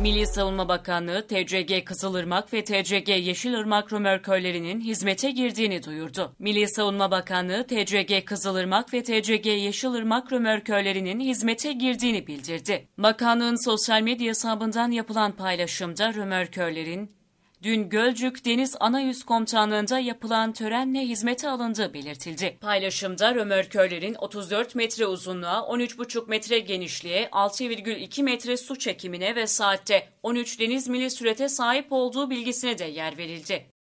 Milli Savunma Bakanlığı, TCG Kızılırmak ve TCG Yeşilırmak römorkörlerinin hizmete girdiğini duyurdu. Milli Savunma Bakanlığı, TCG Kızılırmak ve TCG Yeşilırmak römorkörlerinin hizmete girdiğini bildirdi. Bakanlığın sosyal medya hesabından yapılan paylaşımda römorkörlerin dün Gölcük Deniz Anayüz Komutanlığı'nda yapılan törenle hizmete alındığı belirtildi. Paylaşımda römorkörlerin 34 metre uzunluğa, 13,5 metre genişliğe, 6,2 metre su çekimine ve saatte 13 deniz mili sürete sahip olduğu bilgisine de yer verildi.